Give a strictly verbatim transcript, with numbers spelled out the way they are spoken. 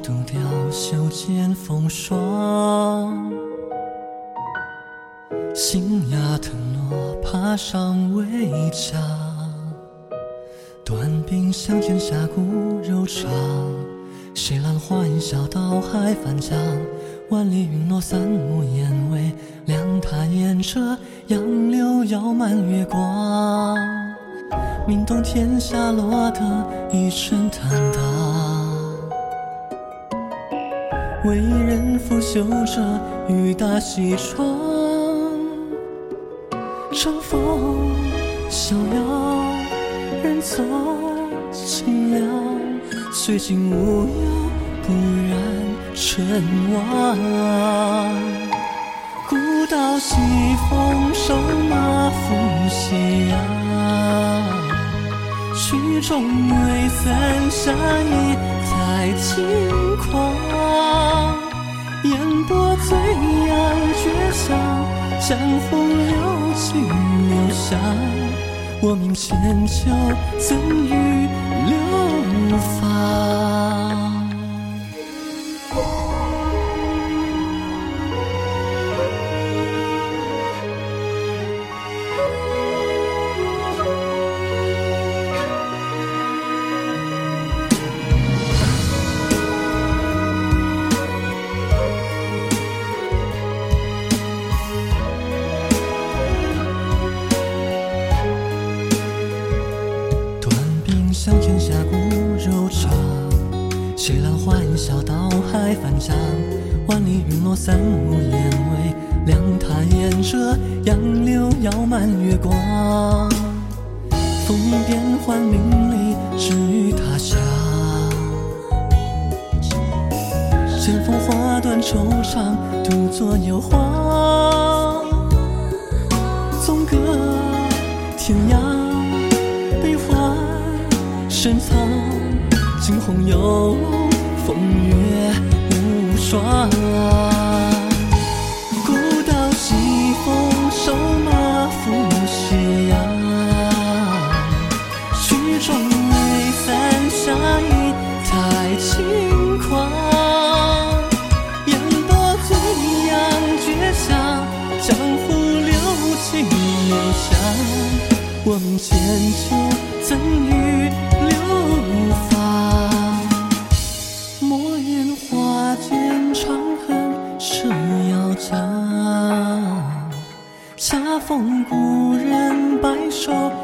独钓袖间风霜。新芽藤萝爬上围墙，短鬓相见峡谷柔肠。谁揽花影小岛海翻江，万里云落三目烟微两塔沿着杨柳摇满月光。名动天下落得一身坦荡，为人拂袖着雨打西窗。乘风逍遥，人走清凉，虽尽无忧，不染尘网。古道西风瘦马扶斜阳，曲终未散下意太轻狂。烟波醉阳绝响，江湖流尽流香。我命千秋怎与流芳。相见峡谷柔肠，谁揽花影小岛海翻江。万里云落三目烟微两塔沿着杨柳摇满月光。风云变幻名利止于他乡，剑锋花断惆怅独坐幽篁。纵隔天涯悲欢深藏，惊鸿有风月无双。古道西风瘦马扶斜阳，曲终未散下意太轻狂。烟波醉阳绝响，江湖流尽流香。我命千秋怎与流芳。莫言花间长恨是遥将，恰逢故人白首